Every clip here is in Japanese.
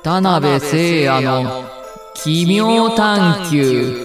田辺聖也の奇妙探求。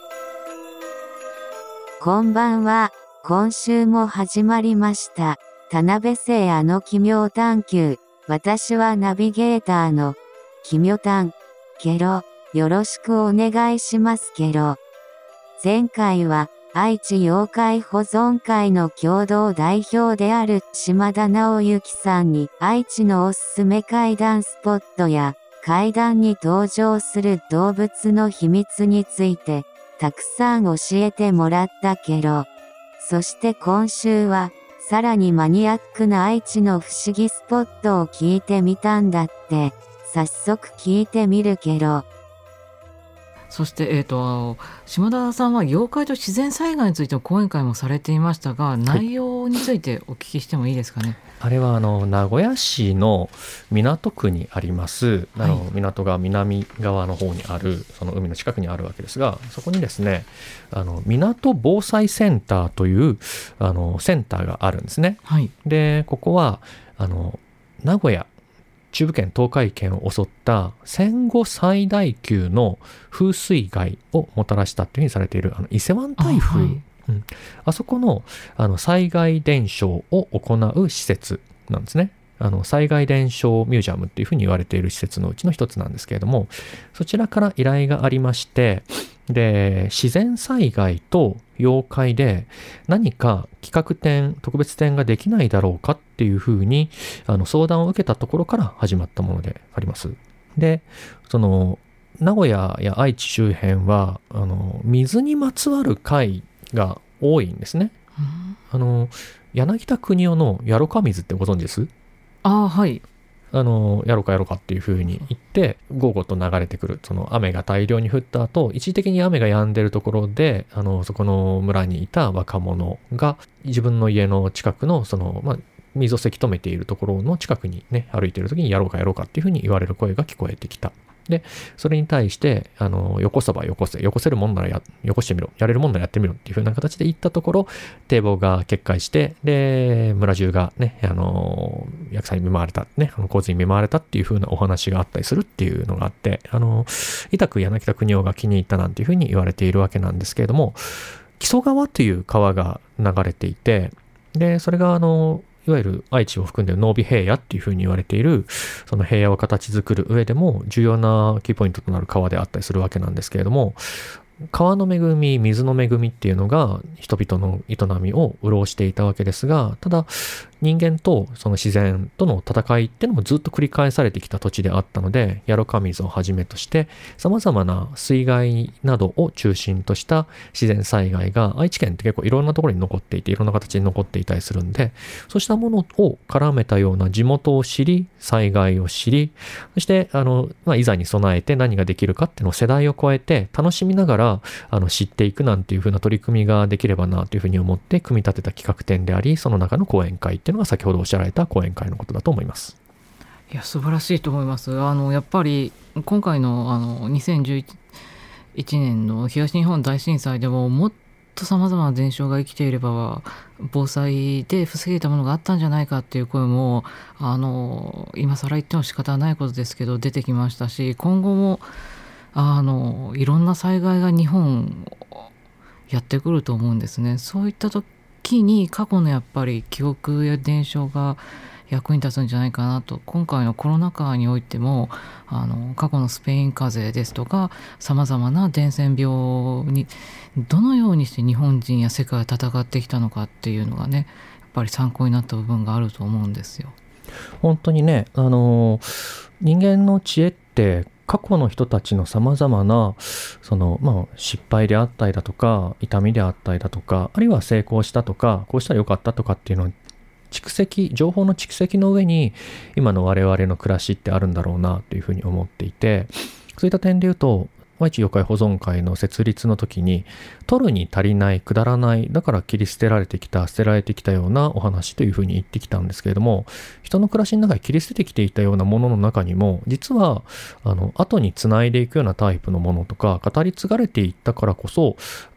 こんばんは。今週も始まりました。田辺聖也の奇妙探求。私はナビゲーターの奇妙探ケロ。よろしくお願いしますケロ。前回は愛知妖怪保存会の共同代表である島田直之さんに愛知のおすすめ怪談スポットや怪談に登場する動物の秘密についてたくさん教えてもらったケロ。そして今週はさらにマニアックな愛知の不思議スポットを聞いてみたんだって。早速聞いてみるケロ。 そして、島田さんは妖怪と自然災害についての講演会もされていましたが、内容についてお聞きしてもいいですかね。 あれは名古屋市の港区にあります、港が南側の方にあるその海の近くにあるわけですが、そこにですね港防災センターというセンターがあるんですね、でここは名古屋中部圏東海圏を襲った戦後最大級の風水害をもたらしたというふうにされている伊勢湾台風、あそこの災害伝承を行う施設なんですね。災害伝承ミュージアムっていうふうに言われている施設のうちの一つなんですけれども、そちらから依頼がありまして、で自然災害と妖怪で何か企画展特別展ができないだろうかっていうふうに相談を受けたところから始まったものであります。でその名古屋や愛知周辺は水にまつわる会が多いんですね。柳田国男のやろか水ってご存知です？やろかやろかっていう風に言ってゴーゴーと流れてくるその雨が大量に降った後、一時的に雨が止んでるところでそこの村にいた若者が自分の家の近くの水をせき止めているところの近くにね歩いている時にやろうかやろうかっていう風に言われる声が聞こえてきた。でそれに対してよこせばよこせるもんならよこしてみろ、やれるもんならやってみろっていう風な形で言ったところ、堤防が決壊して、で村中がね厄災に見舞われたね洪水に見舞われたっていう風なお話があったりするっていうのがあって、痛く柳田国男が気に入ったなんていう風に言われているわけなんですけれども、木曽川という川が流れていて、でそれがいわゆる愛知を含んでいる濃尾平野っていうふうに言われているその平野を形作る上でも重要なキーポイントとなる川であったりするわけなんですけれども、川の恵み、水の恵みっていうのが人々の営みを潤していたわけですが、ただ人間とその自然との戦いっていうのもずっと繰り返されてきた土地であったので、やろか水をはじめとして様々な水害などを中心とした自然災害が愛知県って結構いろんなところに残っていて、いろんな形に残っていたりするんで、そうしたものを絡めたような地元を知り、災害を知り、そしていざに備えて何ができるかっていうのを世代を超えて楽しみながら知っていくなんていう風な取り組みができればなというふうに思って組み立てた企画展であり、その中の講演会っていうのが先ほどおっしゃられた講演会のことだと思います。 いや素晴らしいと思います。やっぱり今回の2011年の東日本大震災でももっと様々な伝承が生きていれば防災で防げたものがあったんじゃないかっていう声も今更言っても仕方ないことですけど出てきましたし、今後もいろんな災害が日本やってくると思うんですね。そういった時に過去のやっぱり記憶や伝承が役に立つんじゃないかなと。今回のコロナ禍においても過去のスペイン風邪ですとか様々な伝染病にどのようにして日本人や世界が戦ってきたのかっていうのがね、やっぱり参考になった部分があると思うんですよ。 本当にね人間の知恵って過去の人たちの様々な失敗であったりだとか痛みであったりだとか、あるいは成功したとかこうしたらよかったとかっていうのは情報の蓄積の上に今の我々の暮らしってあるんだろうなというふうに思っていて、そういった点で言うと愛知妖怪保存会の設立の時に取るに足りないくだらないだから切り捨てられてきた捨てられてきたようなお話というふうに言ってきたんですけれども、人の暮らしの中で切り捨ててきていたようなものの中にも実は後につないでいくようなタイプのものとか語り継がれていったからこそ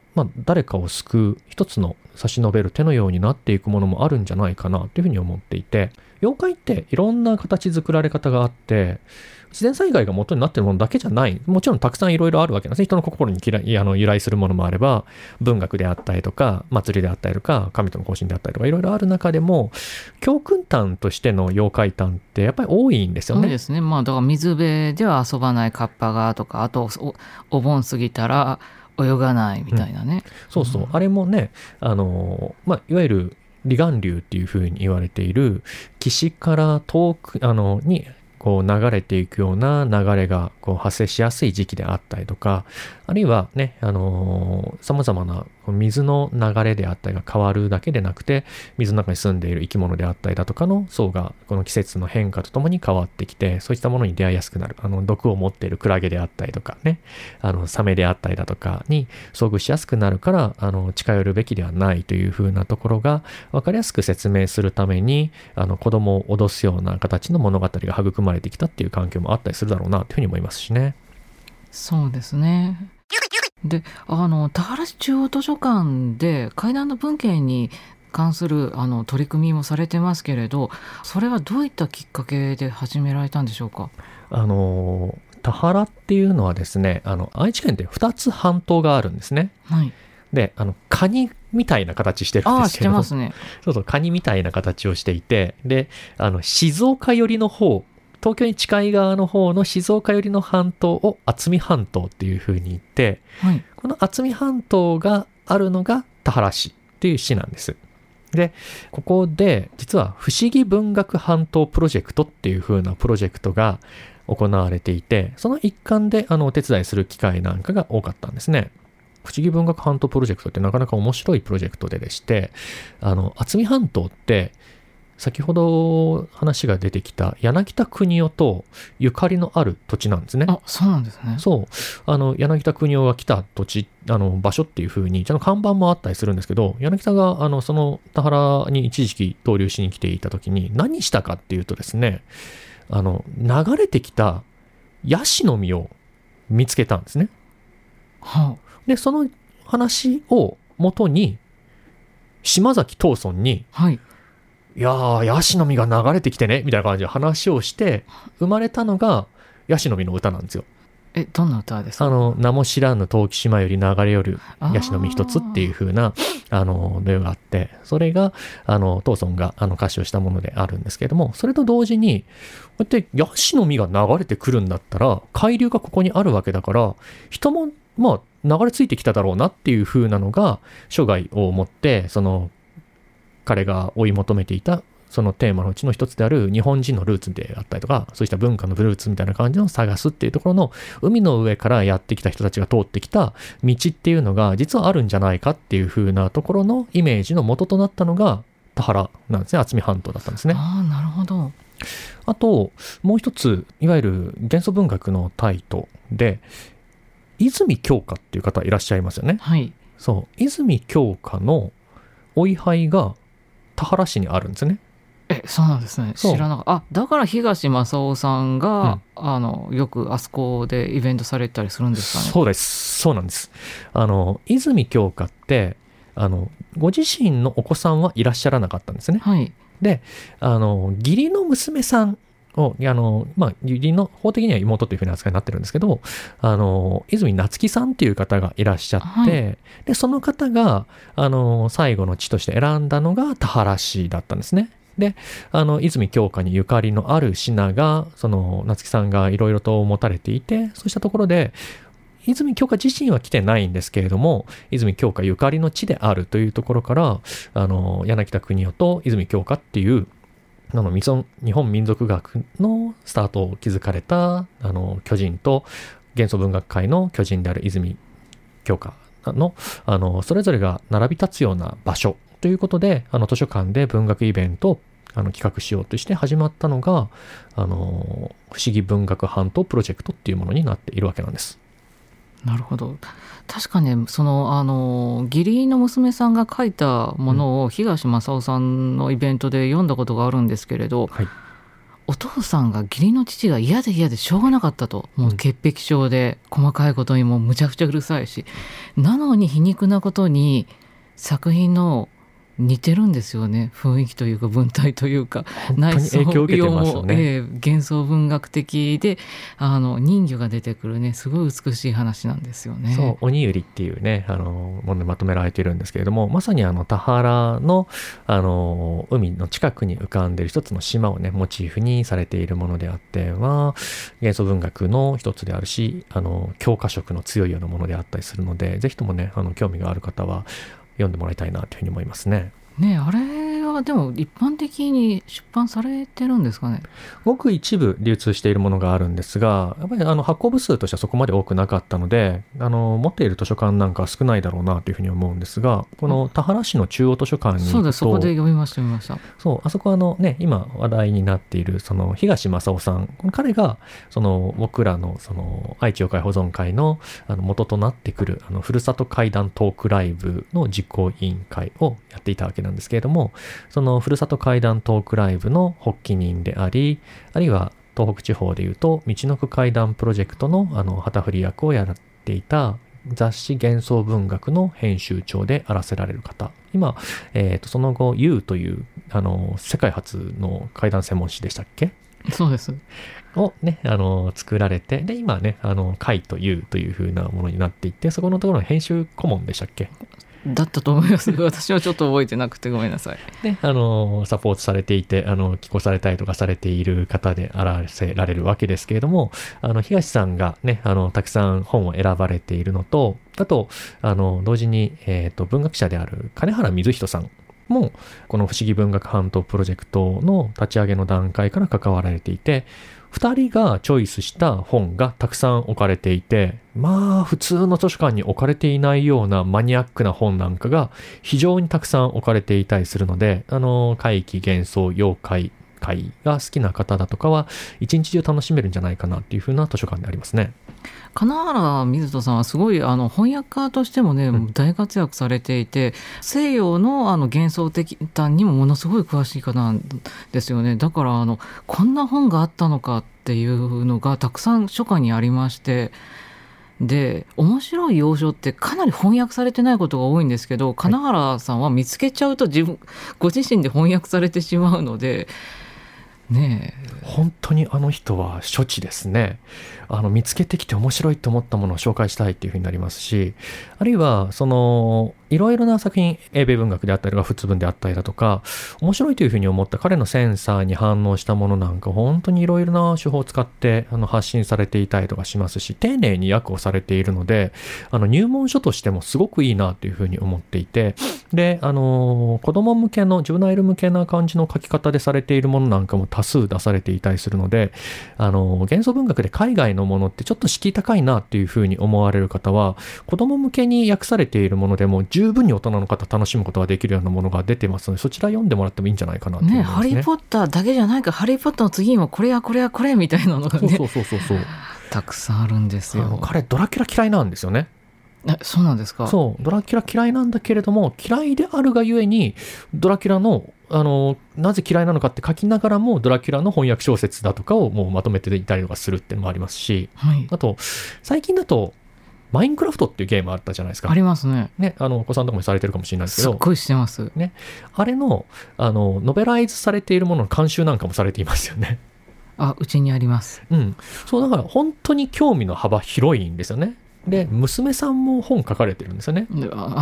誰かを救う一つの差し伸べる手のようになっていくものもあるんじゃないかなというふうに思っていて、妖怪っていろんな形作られ方があって、自然災害が元になっているものだけじゃない、もちろんたくさんいろいろあるわけなんですね。人の心に由来するものもあれば、文学であったりとか祭りであったりとか神との交信であったりとかいろいろある中でも、教訓譚としての妖怪譚ってやっぱり多いんですよね。 そうですね。だから水辺では遊ばないカッパがとか、あと お盆過ぎたら泳がないみたいなね、 そうそう、あれもね、いわゆる離岸流っていう風に言われている岸から遠くにこう流れていくような流れがこう発生しやすい時期であったりとか、あるいはね、様々な水の流れであったりが変わるだけでなくて、水の中に住んでいる生き物であったりだとかの層がこの季節の変化とともに変わってきて、そういったものに出会いやすくなる。毒を持っているクラゲであったりとかね、サメであったりだとかに遭遇しやすくなるから、近寄るべきではないというふうなところが分かりやすく説明するために、子供を脅すような形の物語が育まれてきたっていう環境もあったりするだろうなというふうに思いますしね。 そうですね。で、田原市中央図書館で怪談の文献に関する取り組みもされてますけれど、それはどういったきっかけで始められたんでしょうか？ 田原っていうのはですね、愛知県で2つ半島があるんですね。 はい。 で、カニみたいな形してるんですけど、 してますね。 そうそう、カニみたいな形をしていて、で、静岡寄りの方、東京に近い側の方の静岡寄りの半島を渥美半島っていう風に言って、 はい、 この渥美半島があるのが田原市っていう市なんです。で、ここで実は不思議文学半島プロジェクトっていう風なプロジェクトが行われていて、その一環でお手伝いする機会なんかが多かったんですね。不思議文学半島プロジェクトってなかなか面白いプロジェクトでして、渥美半島って先ほど話が出てきた柳田国男とゆかりのある土地なんですね。 あ、そうなんですね。 そう。柳田国男が来た土地、場所っていう風に、ちゃんと看板もあったりするんですけど、柳田が、その田原に一時期逗留しに来ていた時に何したかっていうとですね、流れてきたヤシの実を見つけたんですね。 はあ、 で、その話を元に、島崎藤村に、 はい。 いやー、ヤシの実が流れてきてねみたいな感じで話をして生まれたのがヤシの実の歌なんですよ。 どんな歌ですか？ 名も知らぬ遠き島より流れ寄るヤシの実一つっていう風なのがあって、それが藤村が歌詞をしたものであるんですけれども、それと同時にこうやってヤシの実が流れてくるんだったら海流がここにあるわけだから、人も流れ着いてきただろうなっていう風なのが生涯をもって彼が追い求めていたそのテーマのうちの一つである日本人のルーツであったりとか、そうした文化のルーツみたいな感じの探すっていうところの、海の上からやってきた人たちが通ってきた道っていうのが実はあるんじゃないかっていう風なところのイメージの元となったのが田原なんですね。渥美半島だったんですね。 なるほど。 あともう一つ、いわゆる幻想文学のタイトで泉鏡花っていう方いらっしゃいますよね。 はい。 そう、泉鏡花のお位牌が田原市にあるんですね。 そうなんですね。知らなかった。だから東正夫さんが、よくあそこでイベントされたりするんですかね。 そうです。そうなんです。泉鏡花ってご自身のお子さんはいらっしゃらなかったんですね。 はい。 で、義理の娘さんを、義理の法的には妹というふうな扱いになってるんですけど、泉夏樹さんっていう方がいらっしゃって、 はい、 でその方が最後の地として選んだのが田原市だったんですね。で、泉鏡花にゆかりのある品が、夏樹さんがいろいろと持たれていて、そうしたところで、泉鏡花自身は来てないんですけれども、泉鏡花ゆかりの地であるというところから、柳田国男と泉鏡花っていう、日本民族学のスタートを築かれた、巨人と、幻想文学界の巨人である泉鏡花の、それぞれが並び立つような場所ということで、図書館で文学イベントを企画しようとして始まったのが、不思議文学半島プロジェクトっていうものになっているわけなんです。 なるほど。確かね、義理の娘さんが書いたものを東正夫さんのイベントで読んだことがあるんですけれど、 はい、 お父さんが義理の父が嫌でしょうがなかったと、もう潔癖症で細かいことにもむちゃくちゃうるさいし、なのに皮肉なことに作品の似てるんですよね、雰囲気というか文体というか。 本当に影響を受けてますよね。 幻想文学的で人魚が出てくるね、すごい美しい話なんですよね。 そう、鬼百合っていうねものでまとめられているんですけれども、まさに田原の海の近くに浮かんでいる一つの島をねモチーフにされているものであって、幻想文学の一つであるし、教科色の強いようなものであったりするので、ぜひともね興味がある方は読んでもらいたいなというふうに思いますね。 ね、あれはでも一般的に出版されてるんですかね。 ごく一部流通しているものがあるんですが、やっぱり発行部数としてはそこまで多くなかったので、持っている図書館なんかは少ないだろうなというふうに思うんですが、この田原市の中央図書館に行くと、 そうです、そこで読みました。 そう、あそこはね今話題になっているその東正夫さん、彼がその僕らのその愛知妖怪保存会の元となってくるふるさと怪談トークライブの実行委員会をやっていたわけなんですけれども、そのふるさと怪談トークライブの発起人であり、あるいは東北地方でいうと道のく怪談プロジェクトの旗振り役をやっていた雑誌幻想文学の編集長であらせられる方、今、その後 U という世界初の怪談専門誌でしたっけ。 そうですをね、作られて、で今ね怪と U という風なものになっていて、そこのところの編集顧問でしたっけだったと思います。私はちょっと覚えてなくてごめんなさい。 で、サポートされていて、寄稿されたりとかされている方であらせられるわけですけれども、東さんがね、たくさん本を選ばれているのと、あと、同時に、文学者である金原水人さんも、この不思議文学半島プロジェクトの立ち上げの段階から関わられていて、2人がチョイスした本がたくさん置かれていて、まあ普通の図書館に置かれていないようなマニアックな本なんかが非常にたくさん置かれていたりするので、怪奇幻想妖怪会が好きな方だとかは一日中楽しめるんじゃないかなっていう風な図書館でありますね。 金原水人さんはすごい翻訳家としてもね、大活躍されていて、西洋の幻想的談にもものすごい詳しい方なんですよね。だからこんな本があったのかっていうのがたくさん書館にありまして、で面白い要所ってかなり翻訳されてないことが多いんですけど、金原さんは見つけちゃうとご自身で翻訳されてしまうのでねえ、 本当に人は処置ですね。見つけてきて面白いと思ったものを紹介したいっていう風になりますし、あるいはいろいろな作品、英米文学であったりが仏文であったりだとか、面白いという風に思った彼のセンサーに反応したものなんか本当にいろいろな手法を使って発信されていたりとかしますし、丁寧に訳をされているので入門書としてもすごくいいなという風に思っていて、で子供向けのジュブナイル向けな感じの書き方でされているものなんかも多数出されていたりするので、幻想文学で海外のものってちょっと敷居高いなっていう風に思われる方は、子供向けに訳されているものでも十分に大人の方楽しむことができるようなものが出てますので、そちら読んでもらってもいいんじゃないかなと思いますね。 ハリーポッターだけじゃないか、ハリーポッターの次にもこれやこれやこれみたいなのがね、 そうたくさんあるんですよ。 彼ドラキュラ嫌いなんですよね。 そうなんですか。 そう、ドラキュラ嫌いなんだけれども、嫌いであるがゆえにドラキュラのなぜ嫌いなのかって書きながらもドラキュラの翻訳小説だとかをもうまとめていたりとかするっていうのもありますし、あと最近だとマインクラフトっていうゲームあったじゃないですか。 ありますね。 お子さんとかもされてるかもしれないですけど、 すっごいしてます。 ね、あれのノベライズされているものの監修なんかもされていますよね。 うちにあります。 そうだから本当に興味の幅広いんですよね。で娘さんも本書かれてるんですよね。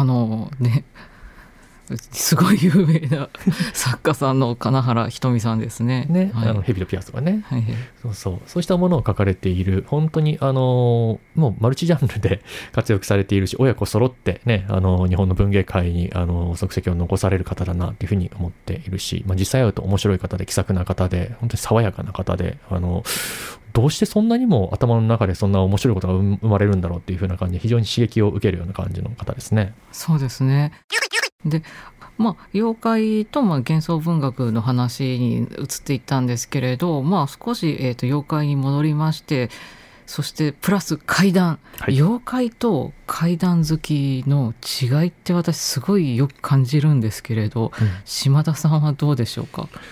すごい有名な作家さんの金原ひとみさんですね。 ヘビとピアスとかね、そうしたものを書かれている、本当にもうマルチジャンルで活躍されているし、親子揃ってね日本の文芸界に足跡を残される方だなというふうに思っているし、実際会うと面白い方で気さくな方で、本当に爽やかな方で、どうしてそんなにも頭の中でそんな面白いことが生まれるんだろうっていうふうな感じで、非常に刺激を受けるような感じの方ですね。 そうですね。で妖怪と幻想文学の話に移っていったんですけれど、少し、妖怪に戻りまして、そしてプラス怪談、妖怪と怪談好きの違いって私すごいよく感じるんですけれど、島田さんはどうでしょうか。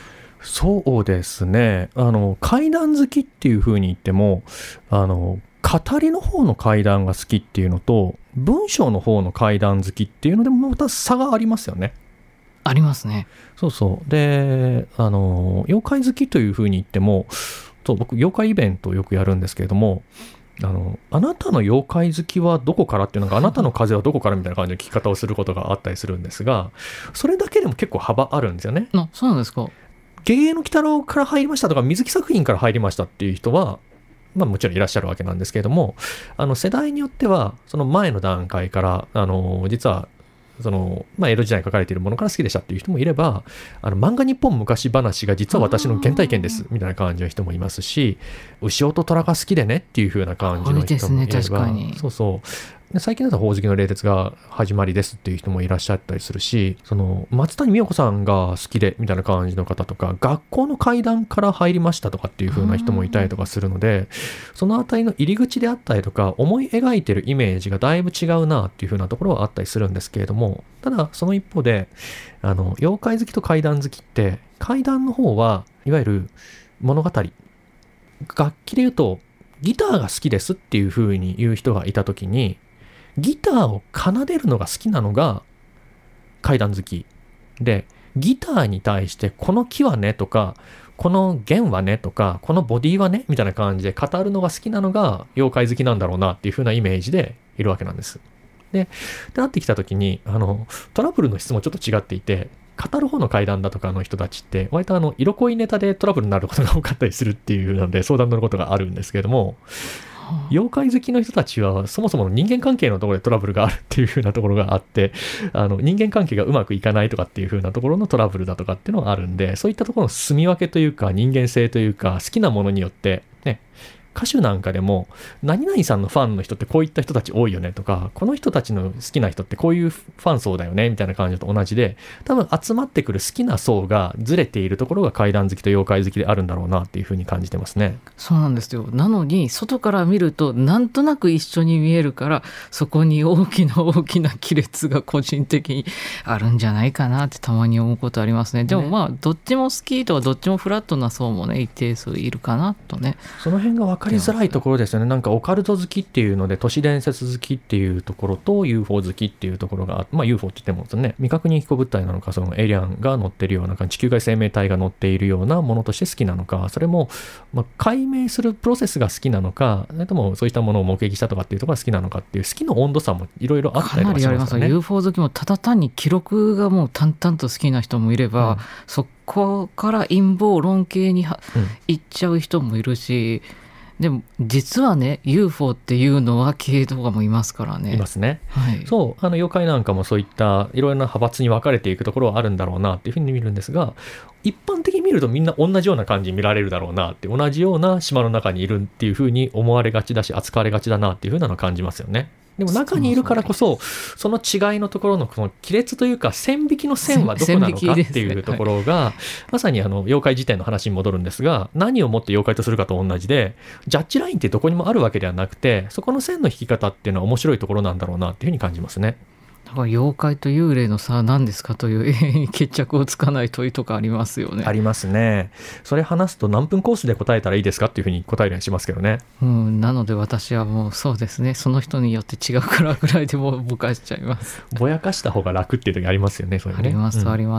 そうですね。怪談好きっていう風に言っても、語りの方の怪談が好きっていうのと、文章の方の怪談好きっていうのでもまた差がありますよね。 ありますね。 そうそう。で、妖怪好きという風に言っても、僕、妖怪イベントをよくやるんですけれども、あなたの妖怪好きはどこからっていうのが、あなたの風はどこからみたいな感じの聞き方をすることがあったりするんですが、それだけでも結構幅あるんですよね。 そうなんですか。 芸芸の鬼太郎から入りましたとか、水木作品から入りましたっていう人は、もちろんいらっしゃるわけなんですけれども、世代によっては、その前の段階から、実は、江戸時代に書かれているものから好きでしたっていう人もいれば、漫画日本昔話が実は私の原体験ですみたいな感じの人もいますし、牛尾と虎が好きでねっていう風な感じの人もいれば、 多いですね、確かに。 そうそう。で最近だとほおずきの冷徹が始まりですっていう人もいらっしゃったりするし、松谷美代子さんが好きでみたいな感じの方とか、学校の怪談から入りましたとかっていう風な人もいたりとかするので、そのあたりの入り口であったりとか、思い描いてるイメージがだいぶ違うなっていう風なところはあったりするんですけれども、ただその一方で、妖怪好きと怪談好きって、怪談の方はいわゆる物語、楽器で言うとギターが好きですっていう風に言う人がいたときに、ギターを奏でるのが好きなのが怪談好きで、ギターに対してこの木はねとか、この弦はねとか、このボディはねみたいな感じで語るのが好きなのが妖怪好きなんだろうなっていう風なイメージでいるわけなんです。で、ってなってきた時にトラブルの質もちょっと違っていて、語る方の怪談だとかの人たちって割と色恋ネタでトラブルになることが多かったりするっていうので相談乗ることがあるんですけれども、妖怪好きの人たちはそもそもの人間関係のところでトラブルがあるっていう風なところがあって、人間関係がうまくいかないとかっていう風なところのトラブルだとかっていうのがあるんで、そういったところの住み分けというか人間性というか好きなものによってね、歌手なんかでも何々さんのファンの人ってこういった人たち多いよねとか、この人たちの好きな人ってこういうファン層だよねみたいな感じと同じで、多分集まってくる好きな層がずれているところが怪談好きと妖怪好きであるんだろうなっていうふうに感じてますね。 そうなんですよ。なのに外から見るとなんとなく一緒に見えるから、そこに大きな大きな亀裂が個人的にあるんじゃないかなってたまに思うことありますね。でもどっちも好きとかどっちもフラットな層もね一定数いるかなとね。 その辺が分かりづらいところですよね。なんかオカルト好きっていうので都市伝説好きっていうところと UFO 好きっていうところがUFO って言ってもですね、未確認飛行物体なのか、そのエイリアンが乗ってるような地球外生命体が乗っているようなものとして好きなのか、それも解明するプロセスが好きなのか、それともそういったものを目撃したとかっていうところが好きなのかっていう好きの温度差もいろいろあったりとかしますよね。かなりあります。 UFO 好きもただ単に記録がもう淡々と好きな人もいれば、そこから陰謀論系に行っちゃう人もいるし、でも実はね UFO っていうのは系とかもいますからね。 いますね、 はい、 そう妖怪なんかもそういったいろいろな派閥に分かれていくところはあるんだろうなっていうふうに見るんですが、一般的に見るとみんな同じような感じに見られるだろうなって、同じような島の中にいるっていうふうに思われがちだし扱われがちだなっていうふうなのを感じますよね。でも中にいるからこそその違いのところのこの亀裂というか線引きの線はどこなのかっていうところが、まさに妖怪自体の話に戻るんですが、何をもって妖怪とするかと同じで、ジャッジラインってどこにもあるわけではなくて、そこの線の引き方っていうのは面白いところなんだろうなっていうふうに感じますね。 だから妖怪と幽霊の差は何ですかという永遠に決着をつかない問いとかありますよね。 ありますね。それ話すと何分コースで答えたらいいですかっていうふうに答えるようにしますけどね。 なので私はもうそうですね、その人によって違うからぐらいでもぼかしちゃいます。 ぼやかした方が楽っていう時ありますよね。それね。 あります、あります。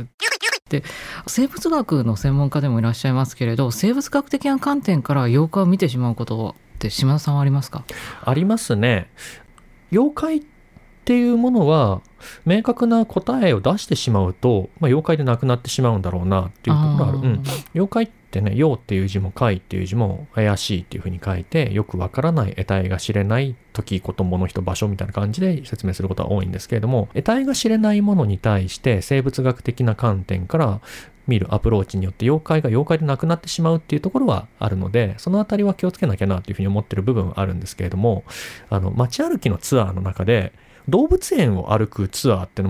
で生物学の専門家でもいらっしゃいますけれど、生物学的な観点から妖怪を見てしまうことって島田さんはありますか？ ありますね。妖怪っていうものは明確な答えを出してしまうと、妖怪でなくなってしまうんだろうなっていうところがある。妖怪ってね、妖っていう字も怪っていう字も怪しいっていうふうに書いて、よくわからない得体が知れない時、こと、物、人、場所みたいな感じで説明することは多いんですけれども、得体が知れないものに対して生物学的な観点から見るアプローチによって妖怪が妖怪でなくなってしまうっていうところはあるので、そのあたりは気をつけなきゃなっていうふうに思ってる部分はあるんですけれども、街歩きのツアーの中で動物園を歩くツアーってのも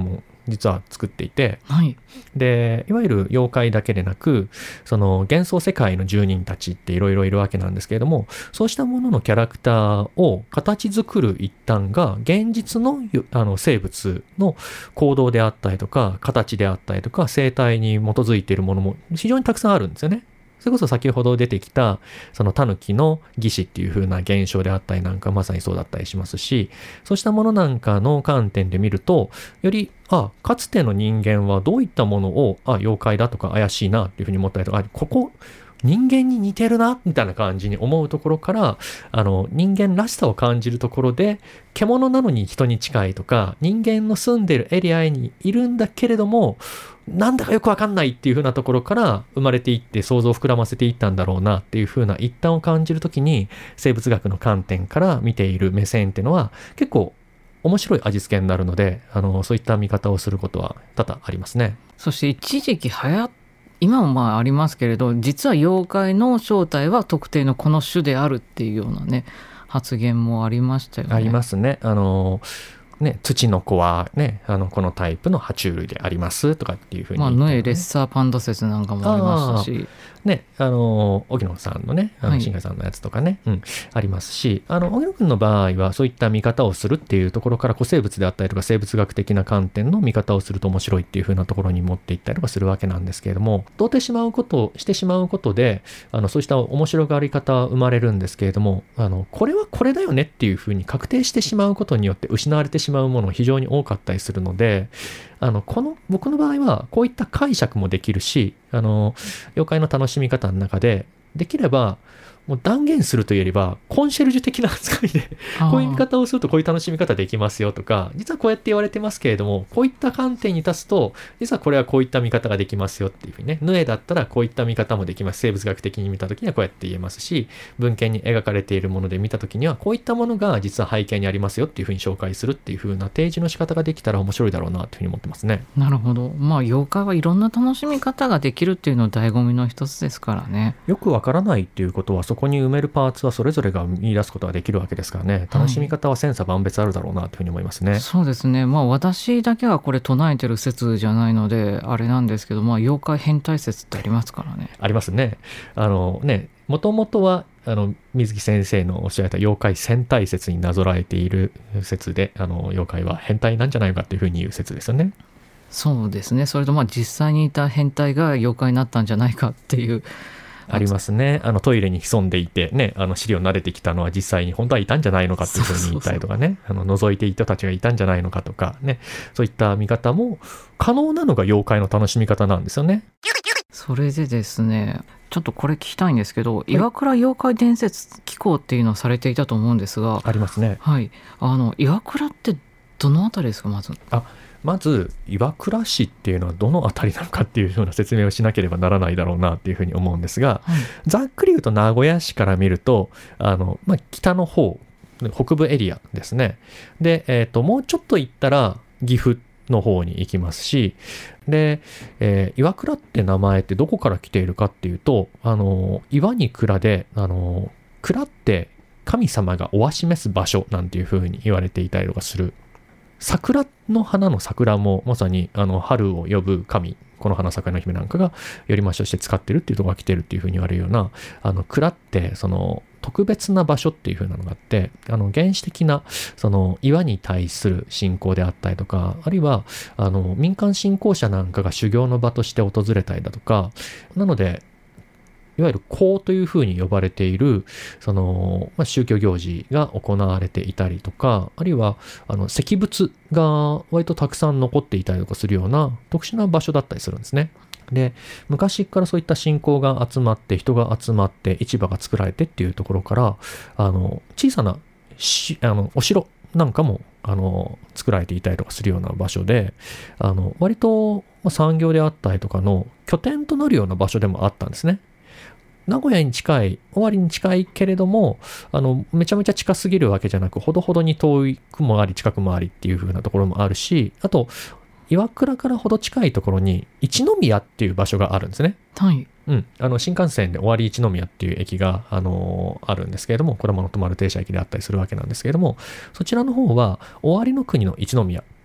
実は作っていて、 はい。 でいわゆる妖怪だけでなくその幻想世界の住人たちっていろいろいるわけなんですけれども、そうしたもののキャラクターを形作る一端が現実の生物の行動であったりとか形であったりとか生態に基づいているものも非常にたくさんあるんですよね。それこそ先ほど出てきたその狸の義士っていう風な現象であったりなんかまさにそうだったりしますし、そうしたものなんかの観点で見るとよりかつての人間はどういったものを妖怪だとか怪しいなっていう風に思ったりとか、ここ人間に似てるなみたいな感じに思うところから人間らしさを感じるところで、獣なのに人に近いとか人間の住んでるエリアにいるんだけれどもなんだかよくわかんないっていう風なところから生まれていって想像を膨らませていったんだろうなっていう風な一端を感じるときに、生物学の観点から見ている目線っていうのは結構面白い味付けになるので、そういった見方をすることは多々ありますね。 そして一時期今もまあありますけれど、実は妖怪の正体は特定のこの種であるっていうようなね発言もありましたよね。 ありますね。土の子はねこのタイプの爬虫類でありますとかっていうふうに、 ヌエレッサーパンダ説なんかもありましたしね、荻野さんのね新海さんのやつとかね、ありますし、荻野君の場合はそういった見方をするっていうところから古生物であったりとか生物学的な観点の見方をすると面白いっていう風なところに持っていったりとかするわけなんですけれども、してしまうことでそうした面白がり方は生まれるんですけれども、これはこれだよねっていう風に確定してしまうことによって失われてしまうもの非常に多かったりするので、僕の場合はこういった解釈もできるし、妖怪の楽しみ方の中でできればもう断言するというよりはコンシェルジュ的な扱いでこういう見方をするとこういう楽しみ方できますよとか、実はこうやって言われてますけれどもこういった観点に立つと実はこれはこういった見方ができますよっていうふうにね、ヌエだったらこういった見方もできます、生物学的に見た時にはこうやって言えますし、文献に描かれているもので見た時にはこういったものが実は背景にありますよっていうふうに紹介するっていうふうな提示の仕方ができたら面白いだろうなというふうに思ってますね。 なるほど。妖怪はいろんな楽しみ方ができるっていうのが醍醐味の一つですからね。 よくわからないっていうことはそこに埋めるパーツはそれぞれが見出すことができるわけですからね、楽しみ方は千差万別あるだろうなというふうに思いますね。 そうですね。私だけはこれ唱えてる説じゃないのであれなんですけど、妖怪変態説ってありますからね。 ありますね。もともとは水木先生のおっしゃられた妖怪戦隊説になぞらえている説で、妖怪は変態なんじゃないかっていうふうに言う説ですよね。 そうですね。それと実際にいた変態が妖怪になったんじゃないかっていうありますね。トイレに潜んでいてね、尻を撫でてきたのは実際に本当はいたんじゃないのかっていうふうに言ったりとかね、覗いていた人たちがいたんじゃないのかとかね、そういった見方も可能なのが妖怪の楽しみ方なんですよね。 それでですね、ちょっとこれ聞きたいんですけど、岩倉妖怪伝説機構っていうのをされていたと思うんですが。 ありますね。 はい。岩倉ってどのあたりですか？ まず岩倉市っていうのはどのあたりなのかっていうような説明をしなければならないだろうなっていうふうに思うんですが、ざっくり言うと名古屋市から見ると北の方北部エリアですね。で、もうちょっと行ったら岐阜の方に行きますし、で、岩倉って名前ってどこから来ているかっていうと、岩に蔵で蔵って神様がおわしめす場所なんていうふうに言われていたりとかする。桜の花の桜もまさに春を呼ぶ神、この花桜の姫なんかがよりましとして使ってるっていうところが来てるっていうふうに言われるような、蔵ってその特別な場所っていう風なのがあって、原始的なその岩に対する信仰であったりとか、あるいは民間信仰者なんかが修行の場として訪れたりだとか、なのでいわゆる講というふうに呼ばれているその、宗教行事が行われていたりとか、あるいは石仏が割とたくさん残っていたりとかするような特殊な場所だったりするんですね。で、昔からそういった信仰が集まって人が集まって市場が作られてっていうところから小さなお城なんかも作られていたりとかするような場所で、割と産業であったりとかの拠点となるような場所でもあったんですね。名古屋に近い、尾張に近いけれども、めちゃめちゃ近すぎるわけじゃなく、ほどほどに遠くもあり、近くもありっていう風なところもあるし、あと、岩倉からほど近いところに、一宮っていう場所があるんですね。 はい。 新幹線で尾張一宮っていう駅が、あるんですけれども、これも止まる停車駅であったりするわけなんですけれども、そちらの方は、尾張の国の一宮っ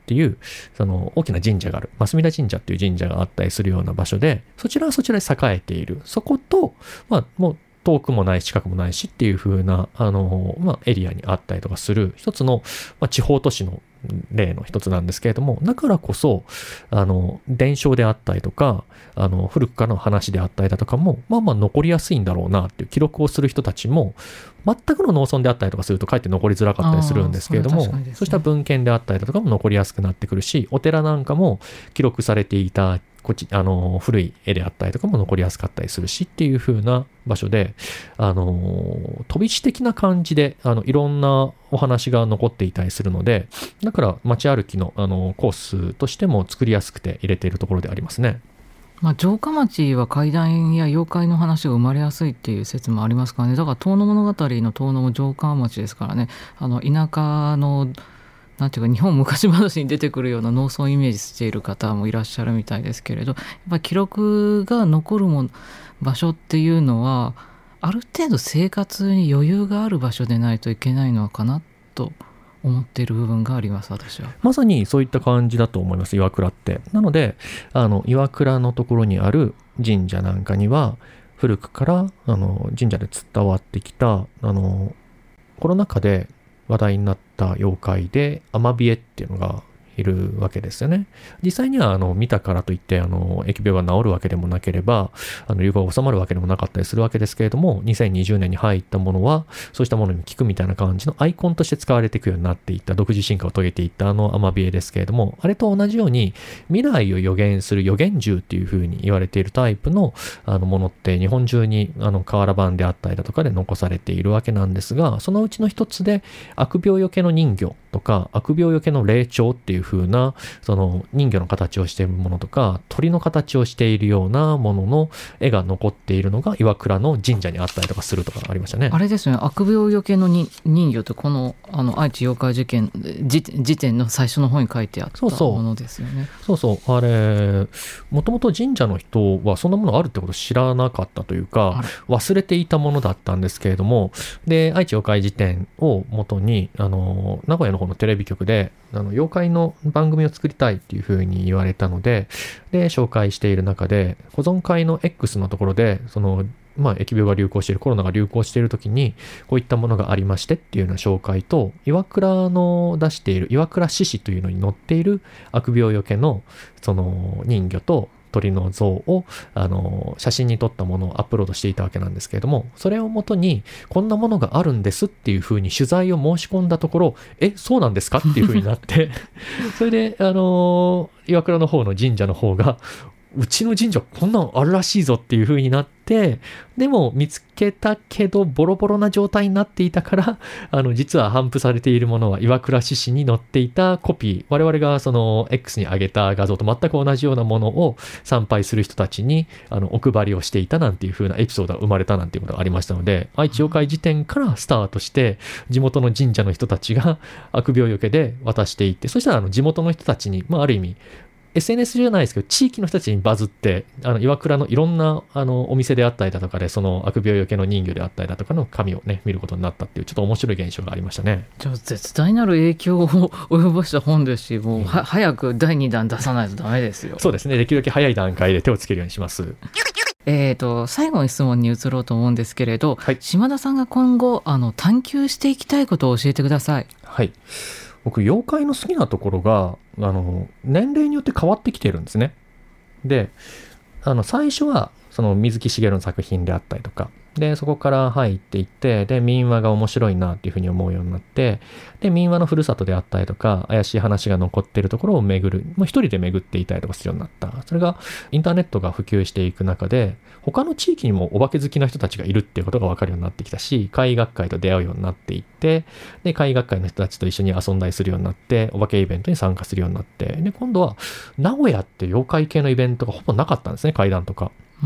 っていうその大きな神社がある、増田神社っていう神社があったりするような場所で、そちらはそちらで栄えている。そこと、もう遠くもないし近くもないしっていう風なエリアにあったりとかする一つの、地方都市の例の一つなんですけれども、だからこそ伝承であったりとか古くからの話であったりだとかも残りやすいんだろうなっていう記録をする人たちも、全くの農村であったりとかするとかえって残りづらかったりするんですけれども、そうした文献であったりだとかも残りやすくなってくるし、お寺なんかも記録されていた古い絵であったりとかも残りやすかったりするしっていう風な場所で、飛び地的な感じでいろんなお話が残っていたりするので、だから街歩きのコースとしても作りやすくて入れているところでありますね。 城下町は怪談や妖怪の話が生まれやすいっていう説もありますからね。だから遠野物語の遠野も城下町ですからね。田舎のなんていうか日本昔話に出てくるような農村をイメージしている方もいらっしゃるみたいですけれど、やっぱり記録が残る場所っていうのはある程度生活に余裕がある場所でないといけないのかなと思っている部分があります、私は。まさにそういった感じだと思います、岩倉って。なので岩倉のところにある神社なんかには古くから神社で伝わってきたコロナ禍で話題になった妖怪でアマビエっていうのがいるわけですよね。実際には見たからといって疫病が治るわけでもなければ流行が収まるわけでもなかったりするわけですけれども、2020年に入ったものはそうしたものに効くみたいな感じのアイコンとして使われていくようになっていった独自進化を遂げていったアマビエですけれども、あれと同じように未来を予言する予言獣っていう風に言われているタイプのものって日本中に瓦版であったりだとかで残されているわけなんですが、そのうちの一つで悪病よけの人魚とか悪病よけの霊長っていう風なその人魚の形をしているものとか鳥の形をしているようなものの絵が残っているのが岩倉の神社にあったりとかするとかありましたね。 あれですね、悪病よけの人魚とこの愛知妖怪事件時点の最初の方に書いてあったものですよね。 そうあれもともと神社の人はそんなものあるってことを知らなかったというか忘れていたものだったんですけれども、で愛知妖怪辞典を元に名古屋の方のテレビ局で妖怪の番組を作りたいっていう風に言われたので、紹介している中で保存会の X のところで疫病が流行している、コロナが流行している時にこういったものがありましてっていうような紹介と、岩倉の出している岩倉獅子というのに載っている悪病よけのその人魚と鳥の像を写真に撮ったものをアップロードしていたわけなんですけれども、それをもとにこんなものがあるんですっていう風に取材を申し込んだところ、そうなんですかっていう風になってそれで岩倉の方の神社の方がうちの神社こんなのあるらしいぞっていう風になって、でも見つけたけどボロボロな状態になっていたから実は頒布されているものは岩倉獅子に載っていたコピー、我々がその X に上げた画像と全く同じようなものを参拝する人たちにお配りをしていたなんていう風なエピソードが生まれたなんていうことがありましたので、愛知妖怪辞典からスタートして地元の神社の人たちが悪病よけで渡していって、そしたら地元の人たちにある意味SNS じゃないですけど地域の人たちにバズって岩倉のいろんなお店であったりだとかでその悪病よけの人魚であったりだとかの紙をね見ることになったっていうちょっと面白い現象がありましたね。 じゃあ絶大なる影響を及ぼした本ですし、もう早く第2弾出さないとダメですよ。 そうですね、できるだけ早い段階で手をつけるようにします。 最後の質問に移ろうと思うんですけれど、 はい、 島田さんが今後探求していきたいことを教えてください。 はい、僕妖怪の好きなところが年齢によって変わってきてるんですね。で最初はその水木しげるの作品であったりとかで、そこから入っていって、で民話が面白いなっていうふうに思うようになって、で民話のふるさとであったりとか怪しい話が残っているところを巡る、一人で巡っていたりとかするようになった。それがインターネットが普及していく中で他の地域にもお化け好きな人たちがいるっていうことが分かるようになってきたし、怪異学会と出会うようになっていって、で怪異学会の人たちと一緒に遊んだりするようになって、お化けイベントに参加するようになって、で今度は名古屋って妖怪系のイベントがほぼなかったんですね、怪談とか。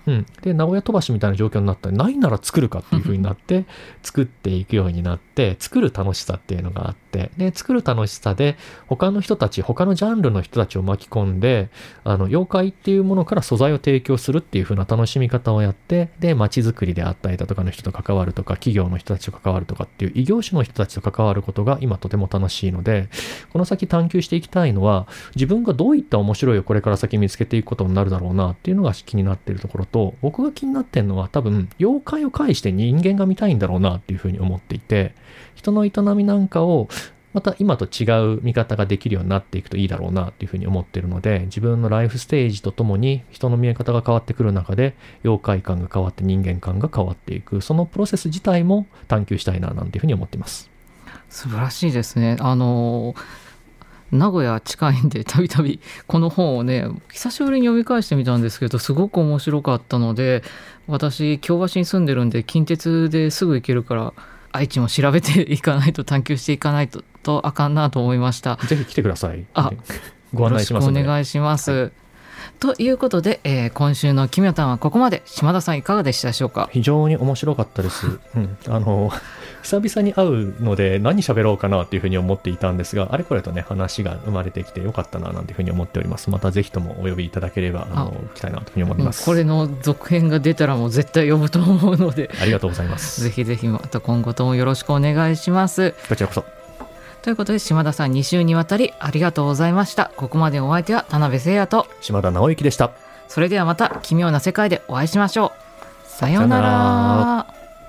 で名古屋飛ばしみたいな状況になったらないなら作るかっていう風になって作っていくようになって作る楽しさっていうのがあってで作る楽しさで他の人たち他のジャンルの人たちを巻き込んで妖怪っていうものから素材を提供するっていう風な楽しみ方をやってで街づくりであったりだとかの人と関わるとか企業の人たちと関わるとかっていう異業種の人たちと関わることが今とても楽しいのでこの先探求していきたいのは自分がどういった面白いをこれから先見つけていくことになるだろうなっていうのが気になっているところと僕が気になっているのは多分妖怪を介して人間が見たいんだろうなっていうふうに思っていて人の営みなんかをまた今と違う見方ができるようになっていくといいだろうなっていうふうに思っているので自分のライフステージとともに人の見え方が変わってくる中で妖怪感が変わって人間感が変わっていくそのプロセス自体も探求したいななんていうふうに思っています。 素晴らしいですね。名古屋近いんでたびたびこの本をね久しぶりに読み返してみたんですけどすごく面白かったので私京橋に住んでるんで近鉄ですぐ行けるから愛知も調べていかないと探求していかないとあかんなと思いました。 ぜひ来てください。 ご案内しますのでよろしくお願いします、はい、ということで、今週の奇妙譚はここまで。島田さんいかがでしたでしょうか。 非常に面白かったです、久々に会うので何喋ろうかなっていうふうに思っていたんですがあれこれとね話が生まれてきてよかったななんていうふうに思っております。またぜひともお呼びいただければ来たいなというふうに思います、 これの続編が出たらもう絶対呼ぶと思うのでありがとうございます。 ぜひぜひまた今後ともよろしくお願いします。 こちらこそ。 ということで島田さん2週にわたりありがとうございました。ここまでお相手は田辺誠也と島田直之でした。 それではまた奇妙な世界でお会いしましょう。さようなら。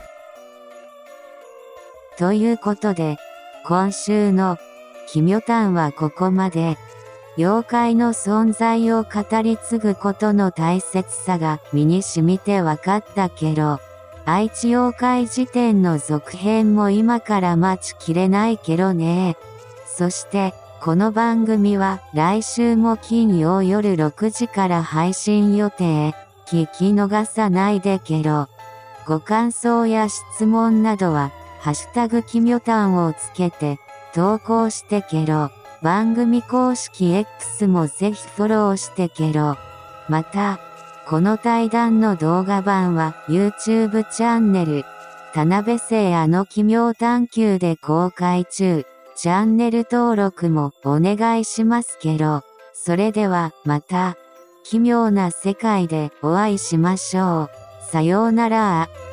ということで、今週の奇妙譚はここまで。妖怪の存在を語り継ぐことの大切さが身に染みて分かったけど、愛知妖怪辞典の続編も今から待ちきれないけどね。そして、この番組は来週も金曜夜6時から配信予定。聞き逃さないでけど。ご感想や質問などは、ハッシュタグ奇妙譚をつけて投稿してけろ。番組公式 X もぜひフォローしてけろ。また、この対談の動画版は YouTube チャンネル、田辺誠の奇妙探求で公開中。チャンネル登録もお願いしますけろ。それではまた、奇妙な世界でお会いしましょう。さようなら。